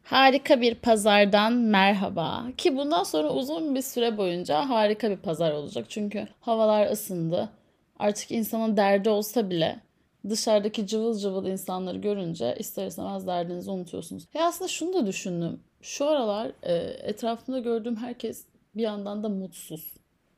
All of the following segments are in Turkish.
Harika bir pazardan merhaba. Ki bundan sonra uzun bir süre boyunca harika bir pazar olacak. Çünkü havalar ısındı. Artık insanın derdi olsa bile dışarıdaki cıvıl cıvıl insanları görünce ister istemez derdinizi unutuyorsunuz. Aslında şunu da düşündüm. Şu aralar etrafımda gördüğüm herkes bir yandan da mutsuz.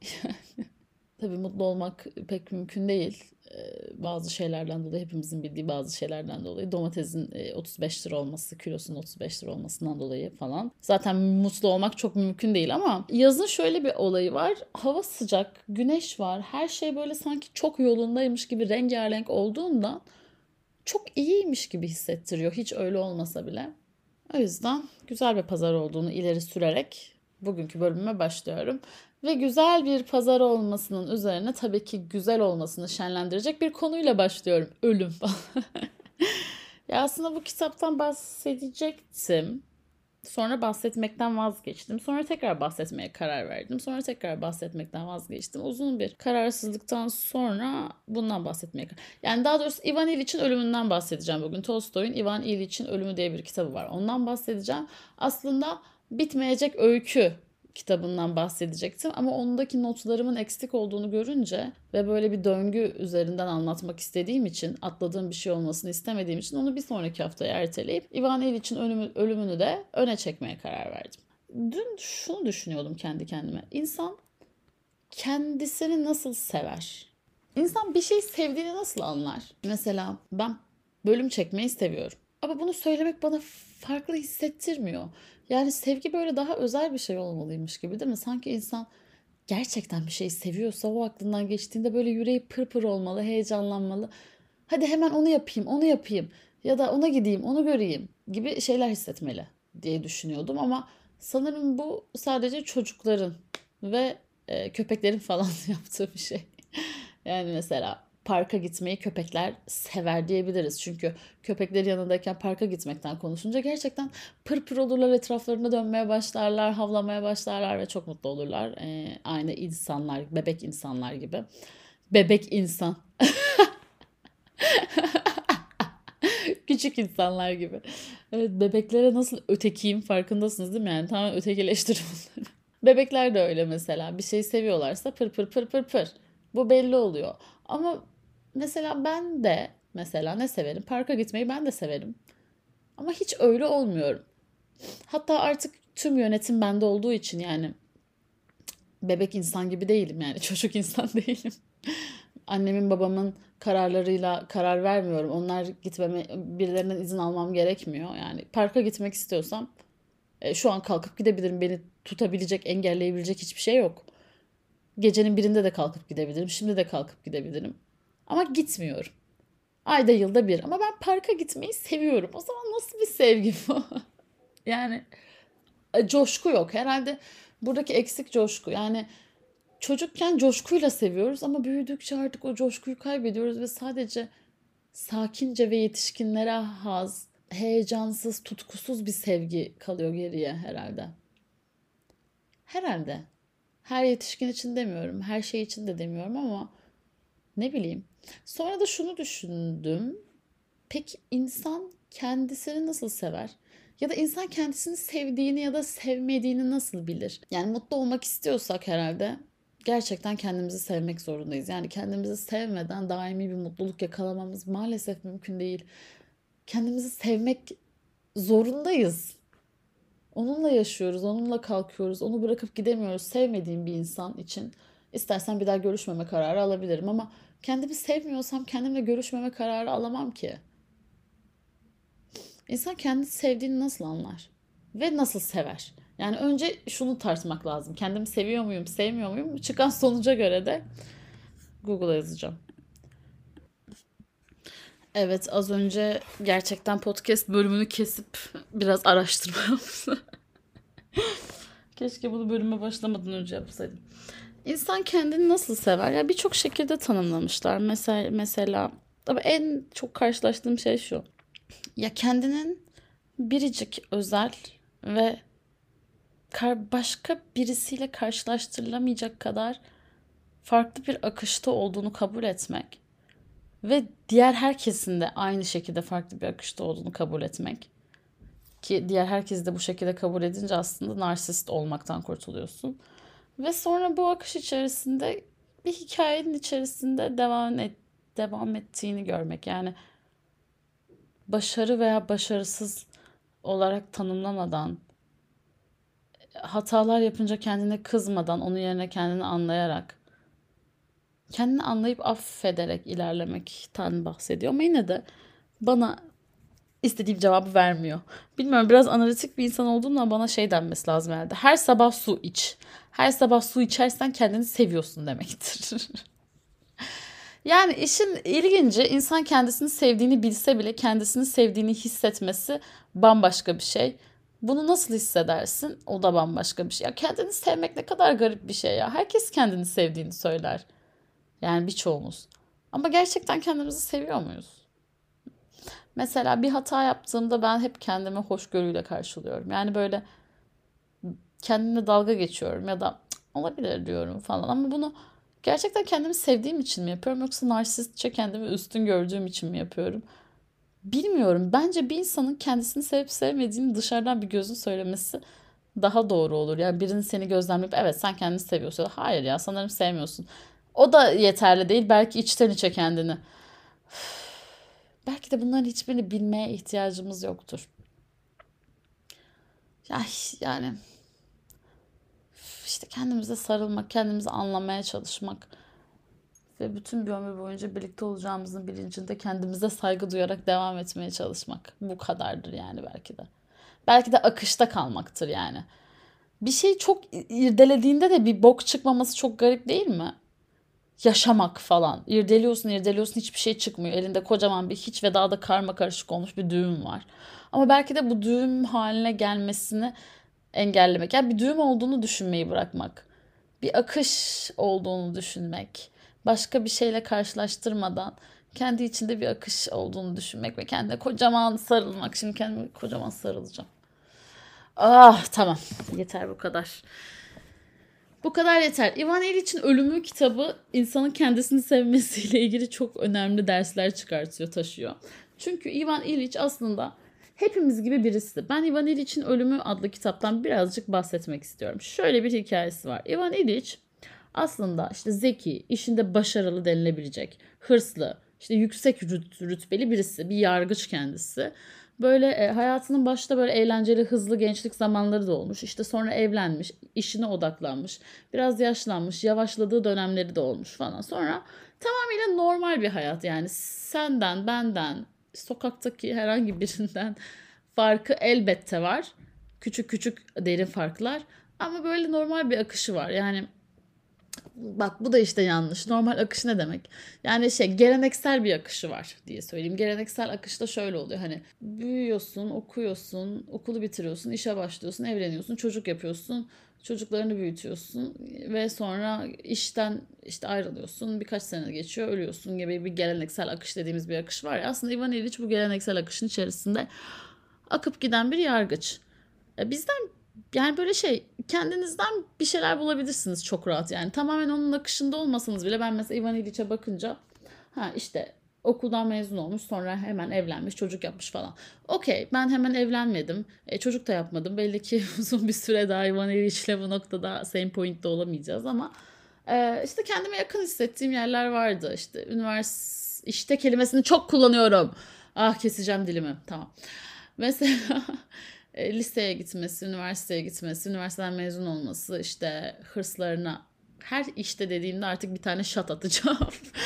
Tabii mutlu olmak pek mümkün değil. Bazı şeylerden dolayı, hepimizin bildiği bazı şeylerden dolayı. Domatesin 35 lira olması, kilosunun 35 lira olmasından dolayı falan. Zaten mutlu olmak çok mümkün değil ama yazın şöyle bir olayı var. Hava sıcak, güneş var. Her şey böyle sanki çok yolundaymış gibi rengarenk olduğundan çok iyiymiş gibi hissettiriyor. Hiç öyle olmasa bile. O yüzden güzel bir pazar olduğunu ileri sürerek bugünkü bölümüme başlıyorum. Ve güzel bir pazar olmasının üzerine tabii ki güzel olmasını şenlendirecek bir konuyla başlıyorum. Ölüm falan. Ya aslında bu kitaptan bahsedecektim. Sonra bahsetmekten vazgeçtim. Sonra tekrar bahsetmeye karar verdim. Sonra tekrar bahsetmekten vazgeçtim. Uzun bir kararsızlıktan sonra bundan bahsetmeye karar. Yani daha doğrusu Ivan İliç'in ölümünden bahsedeceğim bugün. Tolstoy'un Ivan İliç'in Ölümü diye bir kitabı var. Ondan bahsedeceğim. Aslında bitmeyecek öykü kitabından bahsedecektim ama ondaki notlarımın eksik olduğunu görünce ve böyle bir döngü üzerinden anlatmak istediğim için, atladığım bir şey olmasını istemediğim için onu bir sonraki haftaya erteleyip Ivan İliç'in ölümünü de öne çekmeye karar verdim. Dün şunu düşünüyordum kendi kendime. İnsan kendisini nasıl sever? İnsan bir şey sevdiğini nasıl anlar? Mesela ben bölüm çekmeyi seviyorum. Ama bunu söylemek bana farklı hissettirmiyor. Yani sevgi böyle daha özel bir şey olmalıymış gibi değil mi? Sanki insan gerçekten bir şeyi seviyorsa o aklından geçtiğinde böyle yüreği pırpır olmalı, heyecanlanmalı. Hadi hemen onu yapayım, onu yapayım ya da ona gideyim, onu göreyim gibi şeyler hissetmeli diye düşünüyordum ama sanırım bu sadece çocukların ve köpeklerin falan yaptığı bir şey. Yani mesela parka gitmeyi köpekler sever diyebiliriz. Çünkü köpekleri yanındayken parka gitmekten konuşunca gerçekten pırpır olurlar, etraflarında dönmeye başlarlar, havlamaya başlarlar ve çok mutlu olurlar. Aynı insanlar, bebek insanlar gibi. Bebek insan. Küçük insanlar gibi. Evet, bebeklere nasıl ötekiyim farkındasınız değil mi? Yani tamamen ötekileştiriyorum onları. Bebekler de öyle mesela. Bir şey seviyorlarsa pır pır pır pır pır. Bu belli oluyor. Ama mesela ben de mesela ne severim? Parka gitmeyi ben de severim. Ama hiç öyle olmuyorum. Hatta artık tüm yönetim bende olduğu için yani bebek insan gibi değilim yani çocuk insan değilim. Annemin babamın kararlarıyla karar vermiyorum. Onlar gitmeme, birilerinden izin almam gerekmiyor. Yani parka gitmek istiyorsam şu an kalkıp gidebilirim. Beni tutabilecek, engelleyebilecek hiçbir şey yok. Gecenin birinde de kalkıp gidebilirim. Şimdi de kalkıp gidebilirim. Ama gitmiyorum. Ayda yılda bir. Ama ben parka gitmeyi seviyorum. O zaman nasıl bir sevgi bu? Yani coşku yok. Herhalde buradaki eksik coşku. Yani çocukken coşkuyla seviyoruz ama büyüdükçe artık o coşkuyu kaybediyoruz ve sadece sakince ve yetişkinlere has, heyecansız, tutkusuz bir sevgi kalıyor geriye herhalde. Herhalde. Her yetişkin için demiyorum, her şey için de demiyorum ama ne bileyim. Sonra da şunu düşündüm. Peki insan kendisini nasıl sever? Ya da insan kendisini sevdiğini ya da sevmediğini nasıl bilir? Yani mutlu olmak istiyorsak herhalde gerçekten kendimizi sevmek zorundayız. Yani kendimizi sevmeden daimi bir mutluluk yakalamamız maalesef mümkün değil. Kendimizi sevmek zorundayız. Onunla yaşıyoruz, onunla kalkıyoruz, onu bırakıp gidemiyoruz. Sevmediğim bir insan için istersen bir daha görüşmeme kararı alabilirim ama kendimi sevmiyorsam kendimle görüşmeme kararı alamam ki. İnsan kendini sevdiğini nasıl anlar? Ve nasıl sever? Yani önce şunu tartmak lazım. Kendimi seviyor muyum, sevmiyor muyum? Çıkan sonuca göre de Google'a yazacağım. Evet, az önce gerçekten podcast bölümünü kesip biraz araştırma yaptım. Keşke bunu bölüme başlamadan önce yapsaydım. İnsan kendini nasıl sever? Ya birçok şekilde tanımlamışlar. Mesela ama en çok karşılaştığım şey şu. Ya kendinin biricik, özel ve başka birisiyle karşılaştırılamayacak kadar farklı bir akışta olduğunu kabul etmek ve diğer herkesin de aynı şekilde farklı bir akışta olduğunu kabul etmek. Ki diğer herkesi de bu şekilde kabul edince aslında narsist olmaktan kurtuluyorsun. Ve sonra bu akış içerisinde bir hikayenin içerisinde devam ettiğini görmek. Yani başarı veya başarısız olarak tanımlamadan, hatalar yapınca kendine kızmadan, onun yerine kendini anlayarak, kendini anlayıp affederek ilerlemekten bahsediyor. Ama yine de bana istediğim cevabı vermiyor. Bilmiyorum, biraz analitik bir insan olduğumdan bana şey denmesi lazım herhalde. Her sabah su iç. Her sabah su içersen kendini seviyorsun demektir. Yani işin ilginci, insan kendisini sevdiğini bilse bile kendisini sevdiğini hissetmesi bambaşka bir şey. Bunu nasıl hissedersin? O da bambaşka bir şey. Ya kendini sevmek ne kadar garip bir şey ya. Herkes kendini sevdiğini söyler. Yani birçoğumuz. Ama gerçekten kendimizi seviyor muyuz? Mesela bir hata yaptığımda ben hep kendimi hoşgörüyle karşılıyorum. Yani böyle kendimle dalga geçiyorum ya da "Cık, olabilir diyorum falan. Ama bunu gerçekten kendimi sevdiğim için mi yapıyorum yoksa narsistçe kendimi üstün gördüğüm için mi yapıyorum? Bilmiyorum. Bence bir insanın kendisini sevip sevmediğini dışarıdan bir gözün söylemesi daha doğru olur. Yani birinin seni gözlemleyip evet sen kendini seviyorsun. Hayır ya sanırım sevmiyorsun. O da yeterli değil. Belki içten içe kendini. Belki de bunların hiçbirini bilmeye ihtiyacımız yoktur. Ya yani işte kendimize sarılmak, kendimizi anlamaya çalışmak ve bütün bir ömür boyunca birlikte olacağımızın bilincinde kendimize saygı duyarak devam etmeye çalışmak. Bu kadardır yani belki de. Belki de akışta kalmaktır yani. Bir şey çok irdelediğinde de bir bok çıkmaması çok garip değil mi? Yaşamak falan. İrdeliyorsun, irdeliyorsun, hiçbir şey çıkmıyor. Elinde kocaman bir hiç ve daha da karma karışık olmuş bir düğüm var. Ama belki de bu düğüm haline gelmesini engellemek. Yani bir düğüm olduğunu düşünmeyi bırakmak. Bir akış olduğunu düşünmek. Başka bir şeyle karşılaştırmadan kendi içinde bir akış olduğunu düşünmek ve kendine kocaman sarılmak. Şimdi kendime kocaman sarılacağım. Ah tamam. Yeter bu kadar. Bu kadar yeter. Ivan Illich'in Ölümü kitabı insanın kendisini sevmesiyle ilgili çok önemli dersler çıkartıyor, taşıyor. Çünkü Ivan Illich aslında hepimiz gibi birisi. Ben Ivan Illich'in Ölümü adlı kitaptan birazcık bahsetmek istiyorum. Şöyle bir hikayesi var. Ivan Illich aslında işte zeki, işinde başarılı denilebilecek, hırslı, işte yüksek rütbeli birisi, bir yargıç kendisi. Böyle hayatının başta böyle eğlenceli, hızlı gençlik zamanları da olmuş. İşte sonra evlenmiş, işine odaklanmış, biraz yaşlanmış, yavaşladığı dönemleri de olmuş falan. Sonra tamamıyla normal bir hayat yani senden, benden, sokaktaki herhangi birinden farkı elbette var. Küçük küçük derin farklar ama böyle normal bir akışı var. Yani bak bu da işte yanlış. Normal akış ne demek? Yani geleneksel bir akışı var diye söyleyeyim. Geleneksel akışta şöyle oluyor. Hani büyüyorsun, okuyorsun, okulu bitiriyorsun, işe başlıyorsun, evleniyorsun, çocuk yapıyorsun, çocuklarını büyütüyorsun ve sonra işten işte ayrılıyorsun. Birkaç sene geçiyor, ölüyorsun gibi bir geleneksel akış dediğimiz bir akış var ya. Aslında Ivan Illich bu geleneksel akışın içerisinde akıp giden bir yargıç. Bizden yani böyle kendinizden bir şeyler bulabilirsiniz çok rahat yani. Tamamen onun akışında olmasanız bile ben mesela Ivan İliç'e bakınca ha işte okuldan mezun olmuş sonra hemen evlenmiş çocuk yapmış falan. Okey ben hemen evlenmedim. Çocuk da yapmadım. Belli ki uzun bir süre daha Ivan İliç'le bu noktada same point'te olamayacağız ama işte kendime yakın hissettiğim yerler vardı. İşte işte kelimesini çok kullanıyorum. Ah keseceğim dilimi. Tamam. Mesela liseye gitmesi, üniversiteye gitmesi, üniversiteden mezun olması, işte hırslarına her işte dediğimde artık bir tane şat atacağım.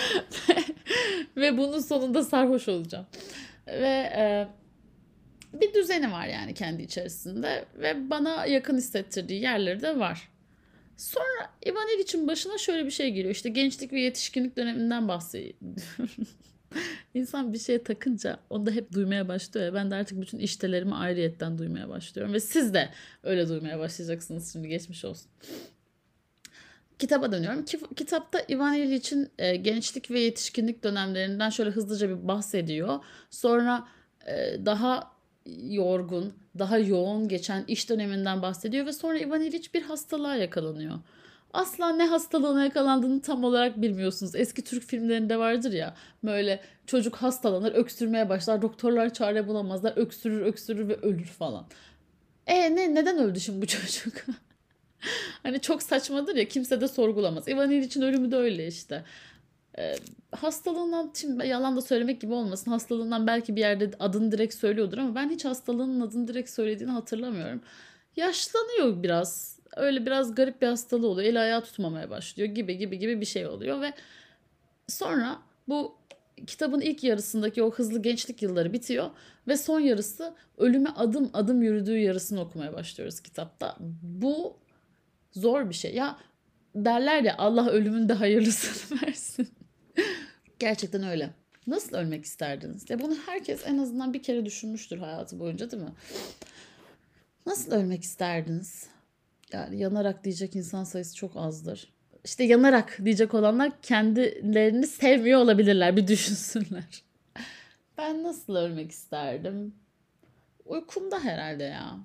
Ve bunun sonunda sarhoş olacağım. Ve bir düzeni var yani kendi içerisinde ve bana yakın hissettirdiği yerleri de var. Sonra Ivan İliç'in başına şöyle bir şey geliyor. İşte gençlik ve yetişkinlik döneminden bahsediyor. İnsan bir şeye takınca onu da hep duymaya başlıyor ya. Ben de artık bütün iştelerimi ayrıyetten duymaya başlıyorum. Ve siz de öyle duymaya başlayacaksınız şimdi geçmiş olsun. Kitaba dönüyorum. Kitapta Ivan Illich'in gençlik ve yetişkinlik dönemlerinden şöyle hızlıca bir bahsediyor. Sonra daha yorgun, daha yoğun geçen iş döneminden bahsediyor ve sonra Ivan Illich bir hastalığa yakalanıyor. asla ne hastalığına yakalandığını tam olarak bilmiyorsunuz. Eski Türk filmlerinde vardır ya, böyle çocuk hastalanır, öksürmeye başlar, doktorlar çare bulamazlar, öksürür öksürür ve ölür falan. Neden öldü şimdi bu çocuk? Hani çok saçmadır ya, kimse de sorgulamaz. Ivan İliç'in ölümü de öyle işte. Ee, Hastalığından, şimdi yalan da söylemek gibi olmasın, hastalığından belki bir yerde adını direkt söylüyordur ama ben hiç hastalığının adını direkt söylediğini hatırlamıyorum. Yaşlanıyor biraz. Öyle biraz garip bir hastalığı oluyor. El ayağı tutmamaya başlıyor gibi gibi gibi bir şey oluyor ve sonra bu kitabın ilk yarısındaki o hızlı gençlik yılları bitiyor ve son yarısı ölüme adım adım yürüdüğü yarısını okumaya başlıyoruz kitapta. Bu zor bir şey. Ya derler ya, Allah ölümün de hayırlısını versin. Gerçekten öyle. Nasıl ölmek isterdiniz? Ya bunu herkes en azından bir kere düşünmüştür hayatı boyunca, değil mi? Nasıl ölmek isterdiniz? Yani yanarak diyecek insan sayısı çok azdır. İşte yanarak diyecek olanlar kendilerini sevmiyor olabilirler. Bir düşünsünler. Ben nasıl ölmek isterdim? Uykumda herhalde ya.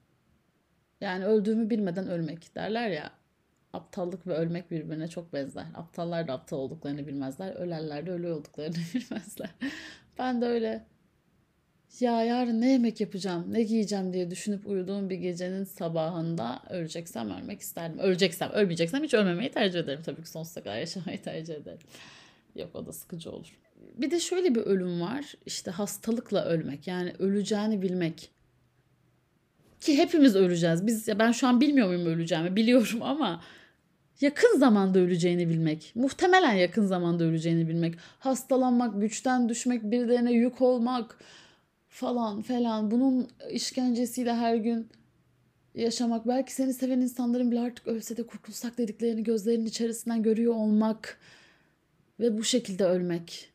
Yani öldüğümü bilmeden ölmek derler ya. Aptallık ve ölmek birbirine çok benzer. Aptallar da aptal olduklarını bilmezler. Ölenler de ölü olduklarını bilmezler. Ben de öyle, ya yarın ne yemek yapacağım, ne giyeceğim diye düşünüp uyuduğum bir gecenin sabahında öleceksem ölmek isterdim. Öleceksem, ölmeyeceksem hiç ölmemeyi tercih ederim. Tabii ki sonsuza kadar yaşamayı tercih ederim. Yok, o da sıkıcı olur. Bir de şöyle bir ölüm var. İşte hastalıkla ölmek. Yani öleceğini bilmek. Ki hepimiz öleceğiz. Ben şu an bilmiyor muyum öleceğimi? Biliyorum ama yakın zamanda öleceğini bilmek. Muhtemelen yakın zamanda öleceğini bilmek. Hastalanmak, güçten düşmek, birilerine yük olmak falan falan. Bunun işkencesiyle her gün yaşamak. Belki seni seven insanların bile artık ölse de kurtulsak dediklerini gözlerinin içerisinden görüyor olmak ve bu şekilde ölmek.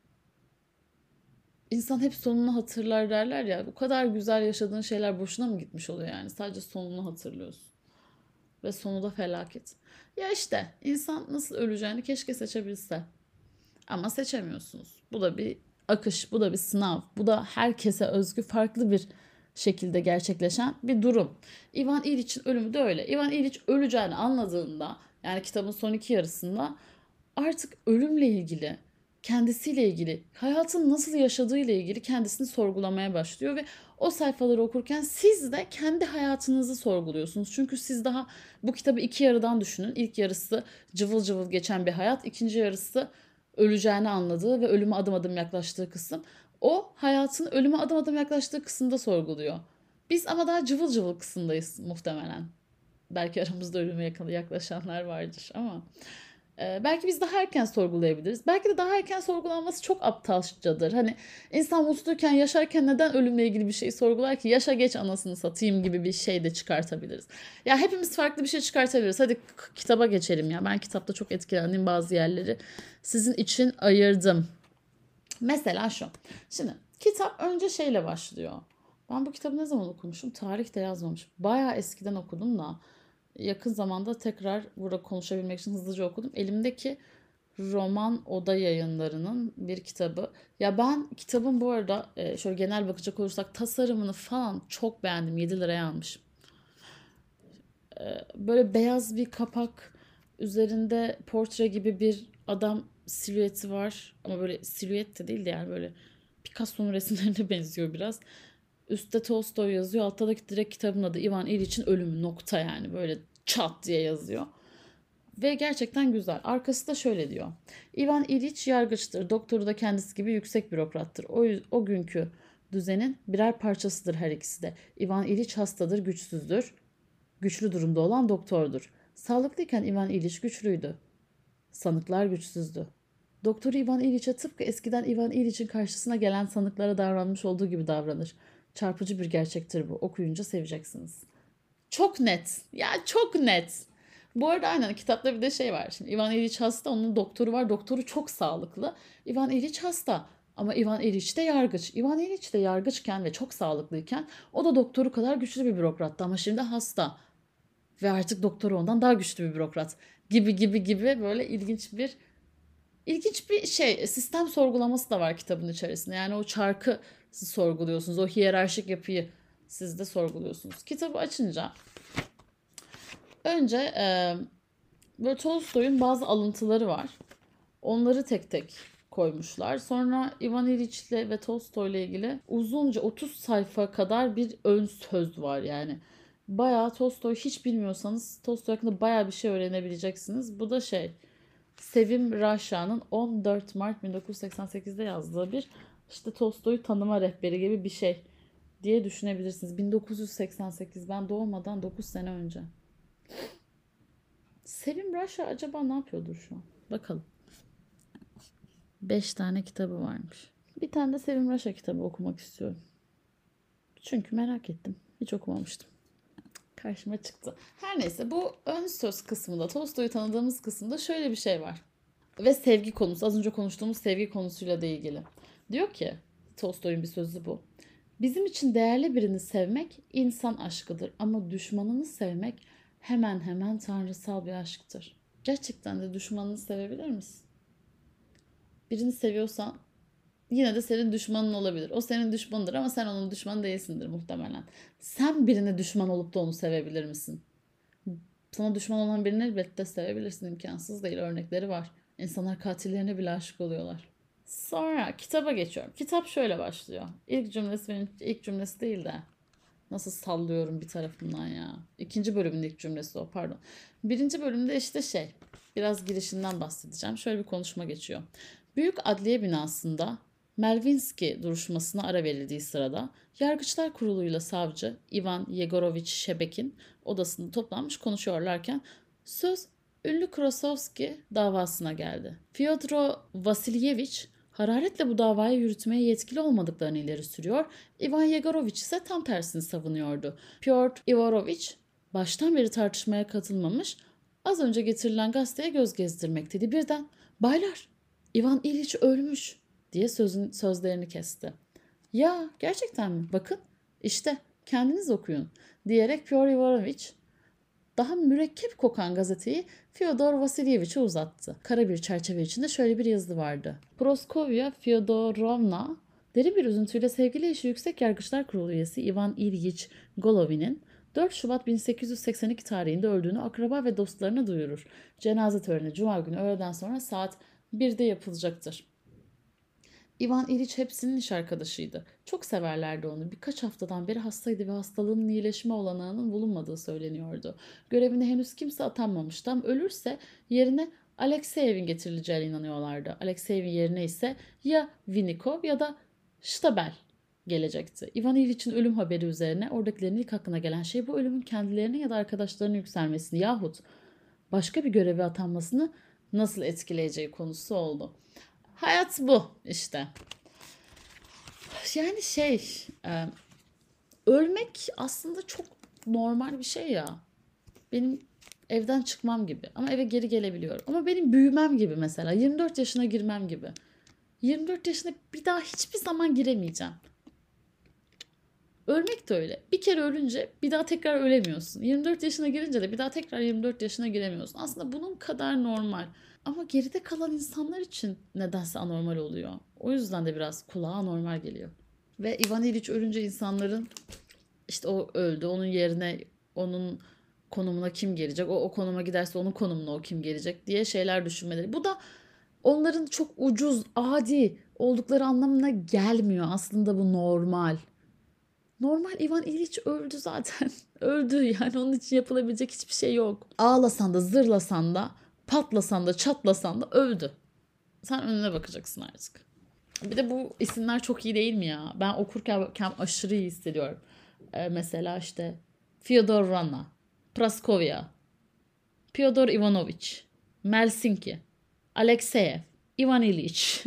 İnsan hep sonunu hatırlar derler ya. Bu kadar güzel yaşadığın şeyler boşuna mı gitmiş oluyor yani? Sadece sonunu hatırlıyorsun. Ve sonu da felaket. Ya işte insan nasıl öleceğini keşke seçebilse. Ama seçemiyorsunuz. Bu da bir akış, bu da bir sınav. Bu da herkese özgü farklı bir şekilde gerçekleşen bir durum. Ivan İliç'in ölümü de öyle. Ivan İliç öleceğini anladığında, yani kitabın son iki yarısında, artık ölümle ilgili, kendisiyle ilgili, hayatın nasıl yaşadığıyla ilgili kendisini sorgulamaya başlıyor ve o sayfaları okurken siz de kendi hayatınızı sorguluyorsunuz. Çünkü siz daha bu kitabı iki yarıdan düşünün. İlk yarısı cıvıl cıvıl geçen bir hayat, ikinci yarısı öleceğini anladığı ve ölüme adım adım yaklaştığı kısım. O hayatın ölüme adım adım yaklaştığı kısımda sorguluyor. Biz ama daha cıvıl cıvıl kısımdayız muhtemelen. Belki aramızda ölüme yaklaşanlar vardır ama belki biz daha erken sorgulayabiliriz. Belki de daha erken sorgulanması çok aptalcadır. Hani insan mutluyken, yaşarken neden ölümle ilgili bir şey sorgular ki? Yaşa geç anasını satayım gibi bir şey de çıkartabiliriz. Ya hepimiz farklı bir şey çıkartabiliriz. Hadi kitaba geçelim ya. Ben kitapta çok etkilendiğim bazı yerleri sizin için ayırdım. Mesela şu. Şimdi kitap önce şeyle başlıyor. Ben bu kitabı ne zaman okumuşum? Tarih de yazmamış. Bayağı eskiden okudum da yakın zamanda tekrar burada konuşabilmek için hızlıca okudum. Elimdeki Roman Oda Yayınları'nın bir kitabı. Ya ben kitabın bu arada şöyle genel bakacak olursak tasarımını falan çok beğendim. 7 liraya almışım. Böyle beyaz bir kapak, üzerinde portre gibi bir adam silüeti var. Ama böyle silüet de değil de yani böyle Picasso'nun resimlerine benziyor biraz. Üstte Tolstoy yazıyor. Altta da direkt kitabın adı Ivan İliç'in ölümü, nokta, yani böyle çat diye yazıyor. Ve gerçekten güzel. Arkası da şöyle diyor. Ivan İliç yargıçtır. Doktoru da kendisi gibi yüksek bürokrattır. O günkü düzenin birer parçasıdır her ikisi de. Ivan İliç hastadır, güçsüzdür. Güçlü durumda olan doktordur. Sağlıklıyken Ivan İliç güçlüydü. Sanıklar güçsüzdü. Doktor Ivan İliç'e tıpkı eskiden Ivan İliç'in karşısına gelen sanıklara davranmış olduğu gibi davranır. Çarpıcı bir gerçektir bu. Okuyunca seveceksiniz. Çok net. Ya çok net. Bu arada aynen kitapta bir de şey var. Şimdi Ivan İliç hasta, onun doktoru var. Doktoru çok sağlıklı. Ivan İliç hasta. Ama Ivan İliç de yargıç. Ivan İliç de yargıçken ve çok sağlıklıyken o da doktoru kadar güçlü bir bürokrattı ama şimdi hasta. Ve artık doktoru ondan daha güçlü bir bürokrat. Gibi gibi gibi, böyle ilginç bir şey, sistem sorgulaması da var kitabın içerisinde. Yani o çarkı siz sorguluyorsunuz. O hiyerarşik yapıyı siz de sorguluyorsunuz. Kitabı açınca önce Böyle Tolstoy'un bazı alıntıları var. Onları tek tek koymuşlar. Sonra Ivan İliç'le ve Tolstoy'la ilgili uzunca 30 sayfa kadar bir ön söz var yani. Bayağı Tolstoy hiç bilmiyorsanız Tolstoy hakkında bayağı bir şey öğrenebileceksiniz. Bu da Sevim Raşa'nın 14 Mart 1988'de yazdığı bir işte Tolstoy'u tanıma rehberi gibi bir şey diye düşünebilirsiniz. 1988, ben doğmadan 9 sene önce. Sevim Raşa acaba ne yapıyordur şu an? Bakalım. 5 tane kitabı varmış. Bir tane de Sevim Raşa kitabı okumak istiyorum. Çünkü merak ettim. Hiç okumamıştım. Karşıma çıktı. Her neyse, bu ön söz kısmında, Tolstoy'u tanıdığımız kısımda şöyle bir şey var. Ve sevgi konusu, az önce konuştuğumuz sevgi konusuyla da ilgili. Diyor ki, Tolstoy'un bir sözü bu. Bizim için değerli birini sevmek insan aşkıdır ama düşmanını sevmek hemen hemen tanrısal bir aşktır. Gerçekten de düşmanını sevebilir misin? Birini seviyorsan yine de senin düşmanın olabilir. O senin düşmanıdır ama sen onun düşmanı değilsindir muhtemelen. Sen birine düşman olup da onu sevebilir misin? Sana düşman olan birini elbette sevebilirsin. İmkansız değil. Örnekleri var. İnsanlar katillerine bile aşık oluyorlar. Sonra kitaba geçiyorum. Kitap şöyle başlıyor. İlk cümlesi benim ilk cümlesi değil de. Nasıl sallıyorum bir tarafından ya. İkinci bölümün ilk cümlesi o, pardon. Birinci bölümde biraz girişinden bahsedeceğim. Şöyle bir konuşma geçiyor. Büyük Adliye binasında Melvinski duruşmasına ara verildiği sırada Yargıçlar Kurulu'yla savcı Ivan Yegorovich Şebek'in odasında toplanmış konuşuyorlarken söz ünlü Krasovski davasına geldi. Fyodor Vasilyevich hararetle bu davayı yürütmeye yetkili olmadıklarını ileri sürüyor. Ivan Yegorovich ise tam tersini savunuyordu. Pyotr Ivanovich baştan beri tartışmaya katılmamış, az önce getirilen gazeteye göz gezdirmekteydi. Birden "Baylar, Ivan İliç ölmüş" diye sözlerini kesti. "Ya gerçekten mi? Bakın işte kendiniz okuyun" diyerek Pyotr Ivanovich daha mürekkep kokan gazeteyi Fyodor Vasilyevich'e uzattı. Kara bir çerçeve içinde şöyle bir yazı vardı. Proskovya Fyodorovna derin bir üzüntüyle sevgili eşi Yüksek Yargıçlar Kurulu üyesi Ivan İlyich Golovin'in 4 Şubat 1882 tarihinde öldüğünü akraba ve dostlarına duyurur. Cenaze töreni Cuma günü öğleden sonra saat 1'de yapılacaktır. Ivan İliç hepsinin iş arkadaşıydı. Çok severlerdi onu. Birkaç haftadan beri hastaydı ve hastalığının iyileşme olanağının bulunmadığı söyleniyordu. Görevine henüz kimse atanmamıştı ama ölürse yerine Alexeyev'in getirileceğine inanıyorlardı. Alexeyev'in yerine ise ya Vinnikov ya da Stabel gelecekti. Ivan İliç'in ölüm haberi üzerine oradakilerin ilk aklına gelen şey bu ölümün kendilerine ya da arkadaşlarına yükselmesini yahut başka bir göreve atanmasını nasıl etkileyeceği konusu oldu. Hayat bu işte. Yani ölmek aslında çok normal bir şey ya. Benim evden çıkmam gibi ama eve geri gelebiliyorum. Ama benim büyümem gibi mesela 24 yaşına girmem gibi. 24 yaşına bir daha hiçbir zaman giremeyeceğim. Ölmek de öyle. Bir kere ölünce bir daha tekrar ölemiyorsun. 24 yaşına girince de bir daha tekrar 24 yaşına giremiyorsun. Aslında bunun kadar normal. Ama geride kalan insanlar için nedense anormal oluyor. O yüzden de biraz kulağa anormal geliyor. Ve Ivan İliç ölünce insanların işte o öldü, onun yerine onun konumuna kim gelecek, o konuma giderse onun konumuna o kim gelecek diye şeyler düşünmeleri. Bu da onların çok ucuz, adi oldukları anlamına gelmiyor. Aslında bu normal. Normal, Ivan İliç öldü zaten. Öldü yani, onun için yapılabilecek hiçbir şey yok. Ağlasan da, zırlasan da, patlasan da, çatlasan da öldü. Sen önüne bakacaksın artık. Bir de bu isimler çok iyi değil mi ya? Ben okurken aşırı iyi hissediyorum. Mesela işte Fyodor Rana, Praskovya, Fyodor Ivanovich, Melsinki, Alekseyev, Ivan İliç.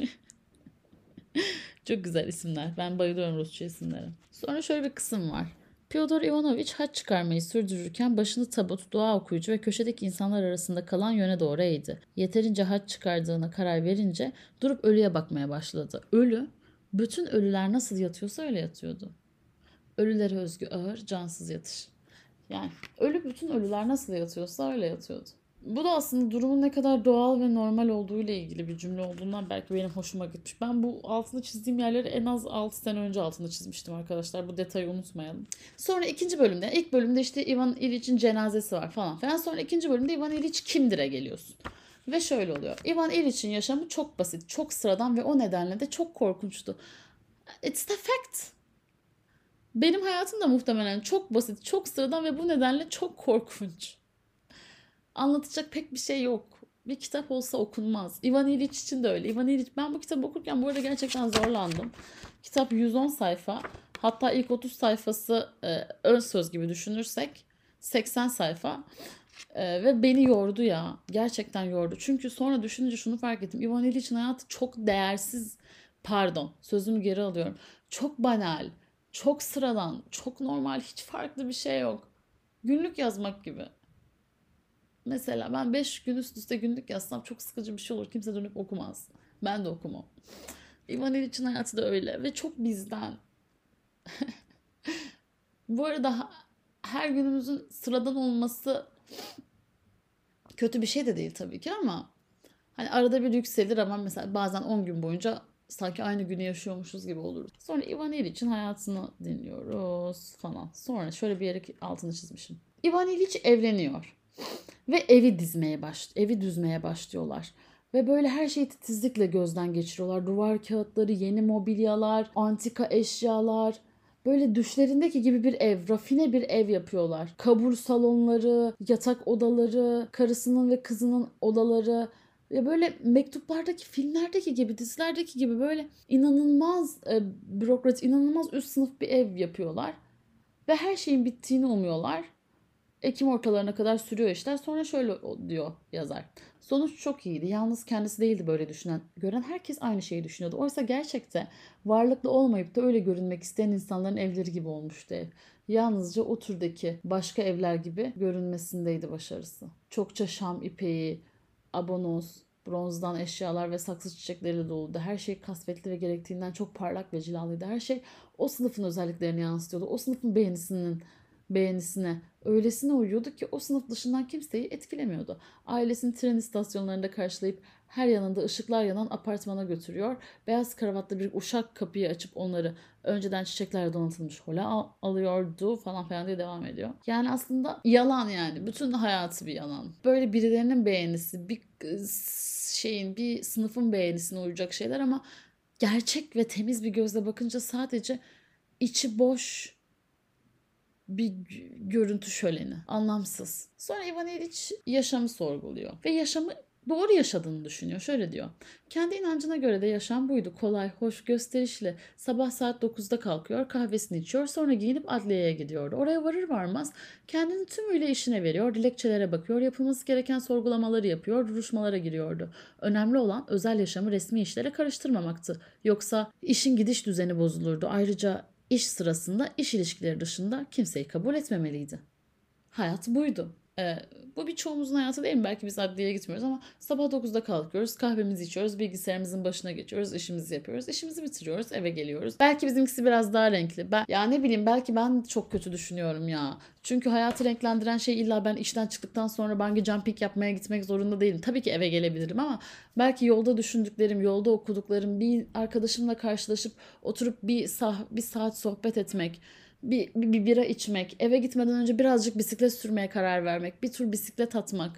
Çok güzel isimler. Ben bayılıyorum Rusça isimlere. Sonra şöyle bir kısım var. Fyodor Ivanovich haç çıkarmayı sürdürürken başını tabut, dua okuyucu ve köşedeki insanlar arasında kalan yöne doğru eğdi. Yeterince haç çıkardığına karar verince durup ölüye bakmaya başladı. Ölü, bütün ölüler nasıl yatıyorsa öyle yatıyordu. Ölülere özgü ağır, cansız yatış. Yani bütün ölüler nasıl yatıyorsa öyle yatıyordu. Bu da aslında durumun ne kadar doğal ve normal olduğuyla ilgili bir cümle olduğundan belki benim hoşuma gitmiş. Ben bu altını çizdiğim yerleri en az 6 sene önce altını çizmiştim arkadaşlar. Bu detayı unutmayalım. Sonra ikinci bölümde, ilk bölümde işte Ivan İliç'in cenazesi var falan filan. Sonra ikinci bölümde Ivan İliç kimdir'e geliyorsun. Ve şöyle oluyor. Ivan İliç'in yaşamı çok basit, çok sıradan ve o nedenle de çok korkunçtu. It's the fact. Benim hayatım da muhtemelen çok basit, çok sıradan ve bu nedenle çok korkunç. Anlatacak pek bir şey yok. Bir kitap olsa okunmaz. Ivan İliç için de öyle. Ivan İliç, ben bu kitabı okurken bu arada gerçekten zorlandım. Kitap 110 sayfa. Hatta ilk 30 sayfası ön söz gibi düşünürsek 80 sayfa. Ve beni yordu ya. Gerçekten yordu. Çünkü sonra düşününce şunu fark ettim. Ivan İliç'in hayatı çok değersiz. Pardon, sözümü geri alıyorum. Çok banal, çok sıradan, çok normal, hiç farklı bir şey yok. Günlük yazmak gibi. Mesela ben 5 gün üst üste günlük yazsam çok sıkıcı bir şey olur. Kimse dönüp okumaz. Ben de okumam. Ivan İliç'in hayatı da öyle ve çok bizden. Bu arada her günümüzün sıradan olması kötü bir şey de değil tabii ki ama hani arada bir yükselir ama mesela bazen 10 gün boyunca sanki aynı günü yaşıyormuşuz gibi oluruz. Sonra Ivan İliç'in hayatını dinliyoruz falan. Sonra şöyle bir yere altını çizmişim. Ivan İliç evleniyor. Ve evi düzmeye başlıyorlar. Ve böyle her şeyi titizlikle gözden geçiriyorlar. Duvar kağıtları, yeni mobilyalar, antika eşyalar. Böyle düşlerindeki gibi bir ev, rafine bir ev yapıyorlar. Kabur salonları, yatak odaları, karısının ve kızının odaları. Ve böyle mektuplardaki, filmlerdeki gibi, dizilerdeki gibi böyle inanılmaz bürokrat, inanılmaz üst sınıf bir ev yapıyorlar. Ve her şeyin bittiğini umuyorlar. Ekim ortalarına kadar sürüyor işler. Sonra şöyle diyor yazar. Sonuç çok iyiydi. Yalnız kendisi değildi böyle düşünen. Gören herkes aynı şeyi düşünüyordu. Oysa gerçekte varlıklı olmayıp da öyle görünmek isteyen insanların evleri gibi olmuştu ev. Yalnızca o türdeki başka evler gibi görünmesindeydi başarısı. Çokça şam ipeği, abonoz, bronzdan eşyalar ve saksı çiçekleriyle doluydu. Her şey kasvetli ve gerektiğinden çok parlak ve cilalıydı. Her şey o sınıfın özelliklerini yansıtıyordu. O sınıfın beğenisine öylesine uyuyordu ki o sınıf dışından kimseyi etkilemiyordu. Ailesini tren istasyonlarında karşılayıp her yanında ışıklar yanan apartmana götürüyor. Beyaz kravatlı bir uşak kapıyı açıp onları önceden çiçeklerle donatılmış hola alıyordu falan filan diye devam ediyor. Yani aslında yalan yani. Bütün hayatı bir yalan. Böyle birilerinin beğenisi, bir sınıfın beğenisine uyacak şeyler ama gerçek ve temiz bir gözle bakınca sadece içi boş bir görüntü şöleni. Anlamsız. Sonra Ivan İliç yaşamı sorguluyor. Ve yaşamı doğru yaşadığını düşünüyor. Şöyle diyor. Kendi inancına göre de yaşam buydu. Kolay, hoş, gösterişli. Sabah saat 9'da kalkıyor, kahvesini içiyor. Sonra giyinip adliyeye gidiyordu. Oraya varır varmaz kendini tümüyle işine veriyor. Dilekçelere bakıyor. Yapılması gereken sorgulamaları yapıyor. Duruşmalara giriyordu. Önemli olan özel yaşamı resmi işlere karıştırmamaktı. Yoksa işin gidiş düzeni bozulurdu. Ayrıca İş sırasında iş ilişkileri dışında kimseyi kabul etmemeliydi. Hayat buydu. Bu birçoğumuzun hayatı değil mi? Belki biz adliyeye gitmiyoruz ama sabah 9'da kalkıyoruz, kahvemizi içiyoruz, bilgisayarımızın başına geçiyoruz, işimizi yapıyoruz, işimizi bitiriyoruz, eve geliyoruz. Belki bizimkisi biraz daha renkli. Ya ne bileyim belki ben çok kötü düşünüyorum ya. Çünkü hayatı renklendiren şey illa ben işten çıktıktan sonra bungee jumping yapmaya gitmek zorunda değilim. Tabii ki eve gelebilirim ama belki yolda düşündüklerim, yolda okuduklarım, bir arkadaşımla karşılaşıp oturup bir saat sohbet etmek, bir bira içmek, eve gitmeden önce birazcık bisiklet sürmeye karar vermek, bir tur bisiklet atmak,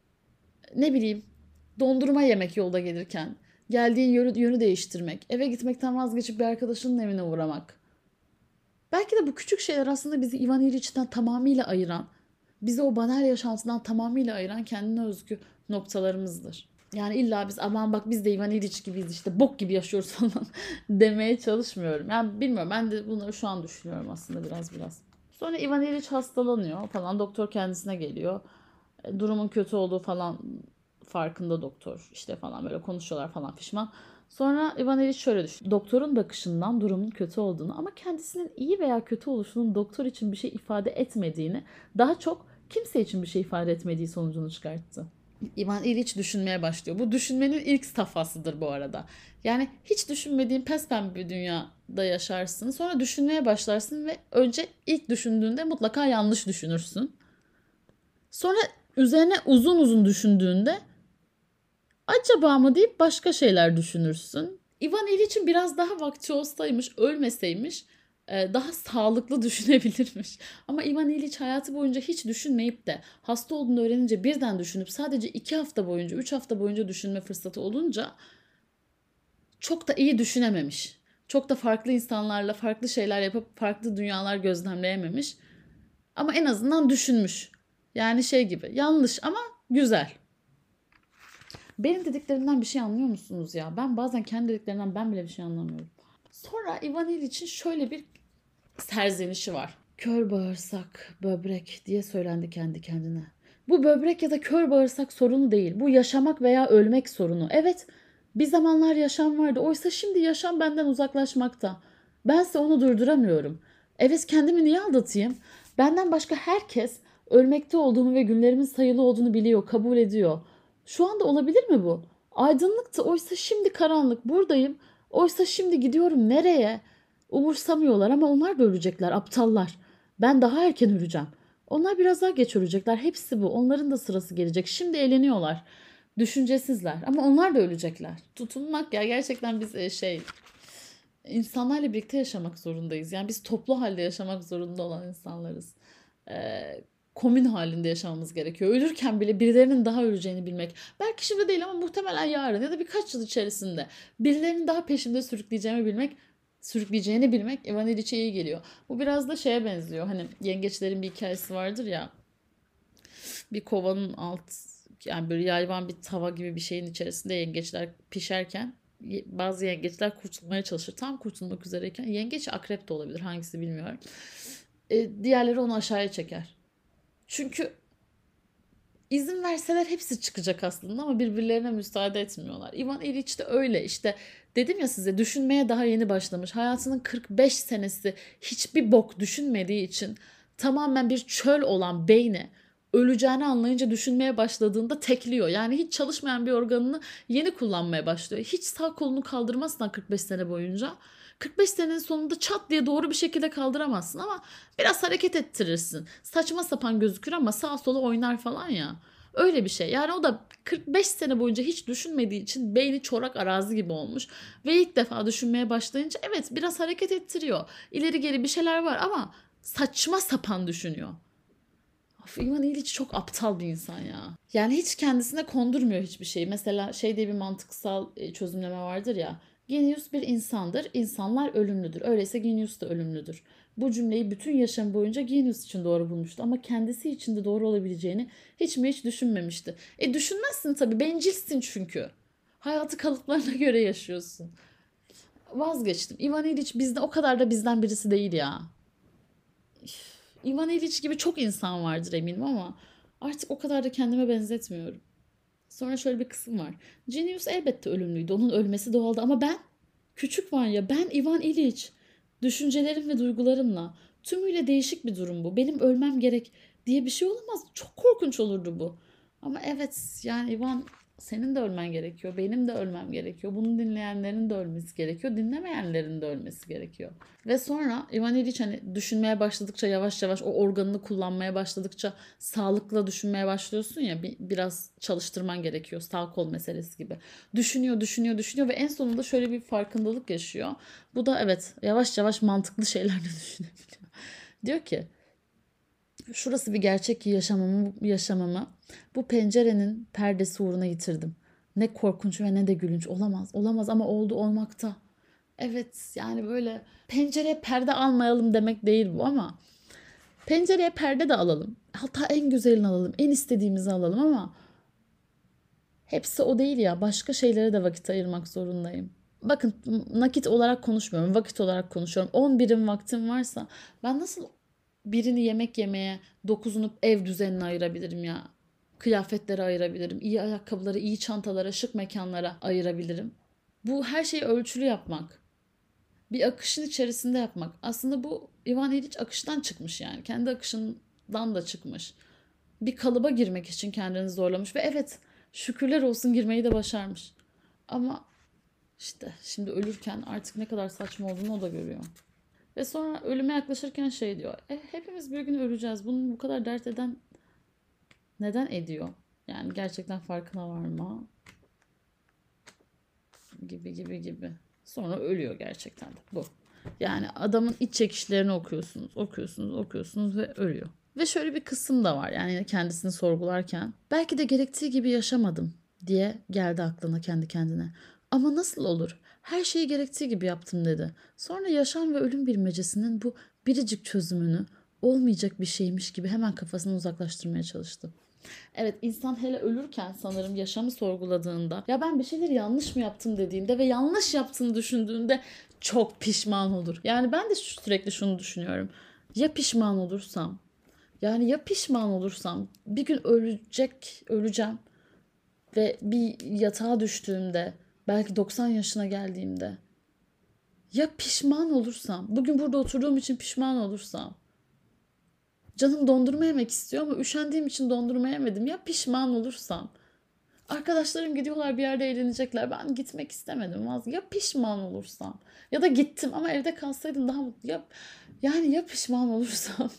ne bileyim dondurma yemek yolda gelirken, geldiğin yönü değiştirmek, eve gitmekten vazgeçip bir arkadaşının evine uğramak. Belki de bu küçük şeyler aslında bizi Ivan İliç'ten tamamıyla ayıran, bizi o banal yaşantıdan tamamıyla ayıran kendine özgü noktalarımızdır. Yani illa biz aman bak biz de Ivan İliç gibiyiz işte bok gibi yaşıyoruz falan demeye çalışmıyorum. Yani bilmiyorum ben de bunları şu an düşünüyorum aslında biraz. Sonra Ivan İliç hastalanıyor falan doktor kendisine geliyor. Durumun kötü olduğu falan farkında doktor işte falan böyle konuşuyorlar falan pişman. Sonra Ivan İliç şöyle düşünüyor. Doktorun bakışından durumun kötü olduğunu ama kendisinin iyi veya kötü oluşunun doktor için bir şey ifade etmediğini, daha çok kimse için bir şey ifade etmediği sonucunu çıkarttı. Ivan İliç düşünmeye başlıyor. Bu düşünmenin ilk safhasıdır bu arada. Yani hiç düşünmediğin pembe bir dünyada yaşarsın. Sonra düşünmeye başlarsın ve önce ilk düşündüğünde mutlaka yanlış düşünürsün. Sonra Üzerine uzun uzun düşündüğünde acaba mı deyip başka şeyler düşünürsün. Ivan İliç'in biraz daha vakti olsaymış, ölmeseymiş daha sağlıklı düşünebilirmiş. Ama Ivan İliç hayatı boyunca hiç düşünmeyip de hasta olduğunu öğrenince birden düşünüp sadece 2 hafta boyunca, 3 hafta boyunca düşünme fırsatı olunca çok da iyi düşünememiş. Çok da farklı insanlarla farklı şeyler yapıp farklı dünyalar gözlemleyememiş. Ama en azından düşünmüş. Yani şey gibi, yanlış ama güzel. Benim dediklerimden bir şey anlıyor musunuz ya? Ben bazen kendi dediklerimden ben bile bir şey anlamıyorum. Sonra Ivan İliç'in şöyle bir serzenişi var. Kör bağırsak, böbrek diye söylendi kendi kendine. Bu böbrek ya da kör bağırsak sorunu değil. Bu yaşamak veya ölmek sorunu. Evet, bir zamanlar yaşam vardı. Oysa şimdi yaşam benden uzaklaşmakta. Bense onu durduramıyorum. Evet, kendimi niye aldatayım? Benden başka herkes ölmekte olduğumu ve günlerimin sayılı olduğunu biliyor, kabul ediyor. Şu anda olabilir mi bu? Aydınlıktı. Oysa şimdi karanlık. Buradayım. Oysa şimdi gidiyorum. Nereye? Umursamıyorlar ama onlar da ölecekler. Aptallar. Ben daha erken öleceğim. Onlar biraz daha geç ölecekler. Hepsi bu. Onların da sırası gelecek. Şimdi eğleniyorlar. Düşüncesizler. Ama onlar da ölecekler. Tutunmak ya gerçekten biz insanlarla birlikte yaşamak zorundayız. Yani biz toplu halde yaşamak zorunda olan insanlarız. Komün halinde yaşamamız gerekiyor. Ölürken bile birilerinin daha öleceğini bilmek. Belki şimdi değil ama muhtemelen yarın ya da birkaç yıl içerisinde birilerinin daha peşinde sürükleyeceğini bilmek Ivan İliç'e iyi geliyor. Bu biraz da şeye benziyor. Hani yengeçlerin bir hikayesi vardır ya. Bir kovanın yani böyle yayvan bir tava gibi bir şeyin içerisinde yengeçler pişerken bazı yengeçler kurtulmaya çalışır. Tam kurtulmak üzereyken yengeç akrep de olabilir hangisi bilmiyorum. Diğerleri onu aşağıya çeker. Çünkü izin verseler hepsi çıkacak aslında ama birbirlerine müsaade etmiyorlar. Ivan İliç de öyle işte dedim ya size düşünmeye daha yeni başlamış. Hayatının 45 senesi hiçbir bok düşünmediği için tamamen bir çöl olan beyni öleceğini anlayınca düşünmeye başladığında tekliyor. Yani hiç çalışmayan bir organını yeni kullanmaya başlıyor. Hiç sağ kolunu kaldırmazsan 45 sene boyunca 45 senenin sonunda çat diye doğru bir şekilde kaldıramazsın ama biraz hareket ettirirsin. Saçma sapan gözükür ama sağa sola oynar falan ya. Öyle bir şey. Yani o da 45 sene boyunca hiç düşünmediği için beyni çorak arazi gibi olmuş. Ve ilk defa düşünmeye başlayınca evet biraz hareket ettiriyor. İleri geri bir şeyler var ama saçma sapan düşünüyor. Of, Ivan İliç çok aptal bir insan ya. Yani hiç kendisine kondurmuyor hiçbir şeyi. Mesela şey diye bir mantıksal çözümleme vardır ya. Genius bir insandır, insanlar ölümlüdür. Öyleyse Genius da ölümlüdür. Bu cümleyi bütün yaşam boyunca Genius için doğru bulmuştu ama kendisi için de doğru olabileceğini hiç düşünmemişti. Düşünmezsin tabii, bencilsin çünkü. Hayatı kalıplarına göre yaşıyorsun. Vazgeçtim. Ivan İliç bizde o kadar da bizden birisi değil ya. Ivan İliç gibi çok insan vardır eminim ama artık o kadar da kendime benzetmiyorum. Sonra şöyle bir kısım var. Genius elbette ölümlüydü. Onun ölmesi doğaldı ama ben, küçük Vanya, ben Ivan İliç. Düşüncelerim ve duygularımla. Tümüyle değişik bir durum bu. Benim ölmem gerek diye bir şey olamaz. Çok korkunç olurdu bu. Ama evet yani Ivan senin de ölmen gerekiyor. Benim de ölmem gerekiyor. Bunu dinleyenlerin de ölmesi gerekiyor. Dinlemeyenlerin de ölmesi gerekiyor. Ve sonra Ivan İliç hani düşünmeye başladıkça yavaş yavaş o organını kullanmaya başladıkça sağlıklı düşünmeye başlıyorsun ya biraz çalıştırman gerekiyor sağ kol meselesi gibi. Düşünüyor ve en sonunda şöyle bir farkındalık yaşıyor. Bu da evet yavaş yavaş mantıklı şeyler de düşünebiliyor. Diyor ki şurası bir gerçek ki yaşamamı bu pencerenin perdesi uğruna yitirdim. Ne korkunç ve ne de gülünç olamaz. Olamaz ama oldu olmakta. Evet yani böyle pencereye perde almayalım demek değil bu ama pencereye perde de alalım. Hatta en güzelini alalım, en istediğimizi alalım ama hepsi o değil ya. Başka şeylere de vakit ayırmak zorundayım. Bakın nakit olarak konuşmuyorum, vakit olarak konuşuyorum. 10 birim vaktim varsa ben nasıl birini yemek yemeye, 9'unu ev düzenine ayırabilirim ya? Kıyafetlere ayırabilirim, iyi ayakkabılara, iyi çantalara, şık mekanlara ayırabilirim. Bu her şeyi ölçülü yapmak. Bir akışın içerisinde yapmak. Aslında bu Ivan İliç akıştan çıkmış yani. Kendi akışından da çıkmış. Bir kalıba girmek için kendini zorlamış ve evet şükürler olsun girmeyi de başarmış. Ama işte şimdi ölürken artık ne kadar saçma olduğunu o da görüyor. Ve sonra ölüme yaklaşırken şey diyor. Hepimiz bir gün öleceğiz. Bunu bu kadar dert eden Neden ediyor? Yani gerçekten farkına var mı? Gibi. Sonra ölüyor gerçekten de. Bu. Yani adamın iç çekişlerini okuyorsunuz ve ölüyor. Ve şöyle bir kısım da var yani kendisini sorgularken. Belki de gerektiği gibi yaşamadım diye geldi aklına kendi kendine. Ama nasıl olur? Her şeyi gerektiği gibi yaptım dedi. Sonra yaşam ve ölüm bilmecesinin bu biricik çözümünü olmayacak bir şeymiş gibi hemen kafasını uzaklaştırmaya çalıştı. Evet, insan hele ölürken sanırım yaşamı sorguladığında ya ben bir şeyleri yanlış mı yaptım dediğinde ve yanlış yaptığını düşündüğünde çok pişman olur. Yani ben de sürekli şunu düşünüyorum. Ya pişman olursam? Yani ya pişman olursam bir gün öleceğim ve bir yatağa düştüğümde belki 90 yaşına geldiğimde ya pişman olursam, bugün burada oturduğum için pişman olursam, canım dondurma yemek istiyor ama üşendiğim için dondurma yemedim. Ya pişman olursam? Arkadaşlarım gidiyorlar bir yerde eğlenecekler. Ben gitmek istemedim. Ya pişman olursam? Ya da gittim ama evde kalsaydım daha mutlu. Yani ya pişman olursam?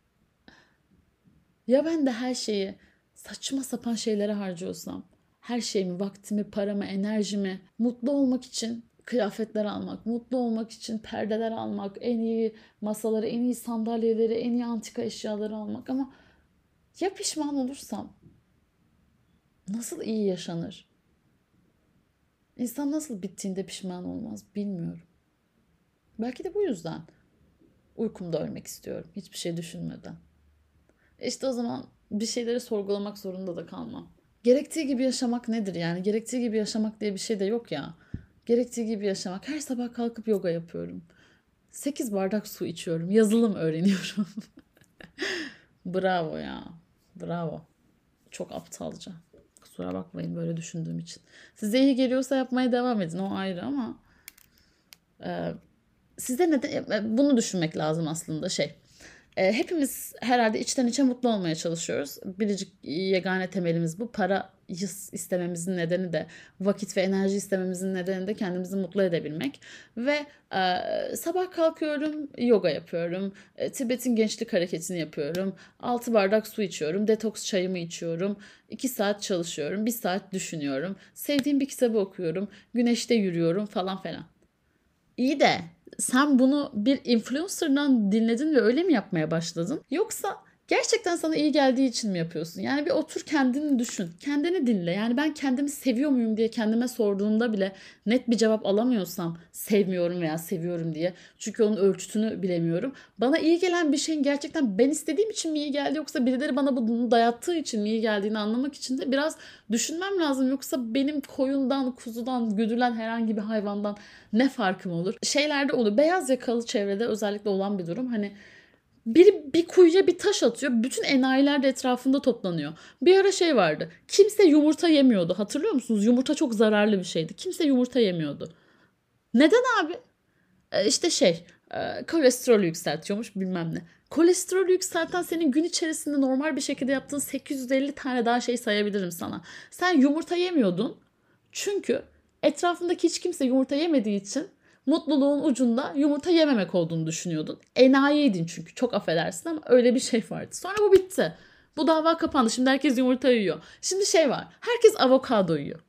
Ya ben de her şeyi saçma sapan şeylere harcıyorsam? Her şeyimi, vaktimi, paramı, enerjimi mutlu olmak için kıyafetler almak, mutlu olmak için perdeler almak, en iyi masaları, en iyi sandalyeleri, en iyi antika eşyaları almak ama ya pişman olursam nasıl iyi yaşanır? İnsan nasıl bittiğinde pişman olmaz bilmiyorum. Belki de bu yüzden uykumda ölmek istiyorum. Hiçbir şey düşünmeden. İşte o zaman bir şeyleri sorgulamak zorunda da kalmam. Gerektiği gibi yaşamak nedir yani? Gerektiği gibi yaşamak diye bir şey de yok ya. Gerektiği gibi yaşamak. Her sabah kalkıp yoga yapıyorum. 8 bardak su içiyorum. Yazılım öğreniyorum. Bravo ya. Bravo. Çok aptalca. Kusura bakmayın böyle düşündüğüm için. Size iyi geliyorsa yapmaya devam edin. O ayrı ama size neden bunu düşünmek lazım aslında hepimiz herhalde içten içe mutlu olmaya çalışıyoruz. Biricik yegane temelimiz bu. Para istememizin nedeni de vakit ve enerji istememizin nedeni de kendimizi mutlu edebilmek. Ve sabah kalkıyorum, yoga yapıyorum. Tibet'in gençlik hareketini yapıyorum. 6 bardak su içiyorum. Detoks çayımı içiyorum. 2 saat çalışıyorum. 1 saat düşünüyorum. Sevdiğim bir kitabı okuyorum. Güneşte yürüyorum falan falan. İyi de sen bunu bir influencer'dan dinledin ve öyle mi yapmaya başladın? Yoksa gerçekten sana iyi geldiği için mi yapıyorsun? Yani bir otur kendini düşün. Kendini dinle. Yani ben kendimi seviyor muyum diye kendime sorduğumda bile net bir cevap alamıyorsam sevmiyorum veya seviyorum diye. Çünkü onun ölçütünü bilemiyorum. Bana iyi gelen bir şeyin gerçekten ben istediğim için mi iyi geldi yoksa birileri bana bunu dayattığı için mi iyi geldiğini anlamak için de biraz düşünmem lazım. Yoksa benim koyundan, kuzudan, güdülen herhangi bir hayvandan ne farkım olur? Şeylerde olur. Beyaz yakalı çevrede özellikle olan bir durum. Hani biri bir kuyuya bir taş atıyor. Bütün enayiler de etrafında toplanıyor. Bir ara şey vardı. Kimse yumurta yemiyordu. Hatırlıyor musunuz? Yumurta çok zararlı bir şeydi. Kimse yumurta yemiyordu. Neden abi? İşte kolesterolü yükseltiyormuş bilmem ne. Kolesterolü yükselten senin gün içerisinde normal bir şekilde yaptığın 850 tane daha şey sayabilirim sana. Sen yumurta yemiyordun. Çünkü etrafındaki hiç kimse yumurta yemediği için mutluluğun ucunda yumurta yememek olduğunu düşünüyordun. Enayiydin çünkü çok affedersin ama öyle bir şey vardı. Sonra bu bitti. Bu dava kapandı. Şimdi herkes yumurta yiyor. Şimdi var. Herkes avokado yiyor.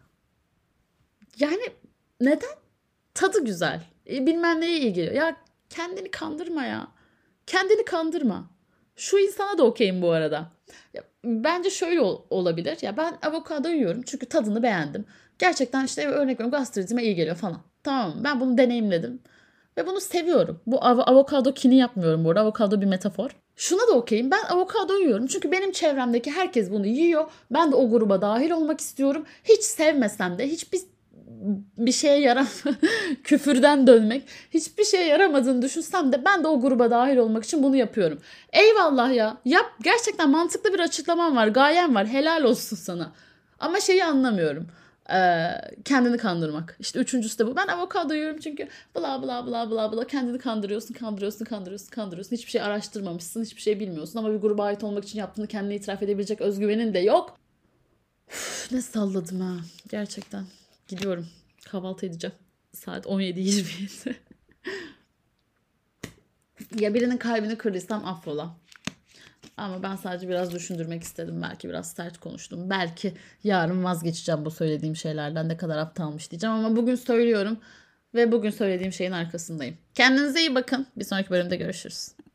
Yani neden? Tadı güzel. Bilmem neye iyi geliyor. Ya kendini kandırma ya. Kendini kandırma. Şu insana da okeyim bu arada. Ya, bence şöyle olabilir. Ya ben avokado yiyorum çünkü tadını beğendim. Gerçekten işte örnek veriyorum gastritime iyi geliyor falan. Tamam mı? Ben bunu deneyimledim. Ve bunu seviyorum. Bu avokado kini yapmıyorum bu arada. Avokado bir metafor. Şuna da okeyim. Ben avokado yiyorum. Çünkü benim çevremdeki herkes bunu yiyor. Ben de o gruba dahil olmak istiyorum. Hiç sevmesem de hiçbir şeye küfürden dönmek hiçbir şeye yaramadığını düşünsem de ben de o gruba dahil olmak için bunu yapıyorum. Eyvallah ya. Yap, gerçekten mantıklı bir açıklaman var. Gayen var. Helal olsun sana. Ama anlamıyorum. Kendini kandırmak. İşte üçüncüsü de bu. Ben avokado yiyorum çünkü bla bla bla bla bla kendini kandırıyorsun. Hiçbir şey araştırmamışsın, hiçbir şey bilmiyorsun ama bir gruba ait olmak için yaptığını kendine itiraf edebilecek özgüvenin de yok. Üf, ne salladım ha. Gerçekten. Gidiyorum. Kahvaltı edeceğim. Saat 17:27. Ya birinin kalbini kırdıysam affola. Ama ben sadece biraz düşündürmek istedim. Belki biraz sert konuştum. Belki yarın vazgeçeceğim bu söylediğim şeylerden. Ne kadar aptalmış diyeceğim ama bugün söylüyorum ve bugün söylediğim şeyin arkasındayım. Kendinize iyi bakın. Bir sonraki bölümde görüşürüz.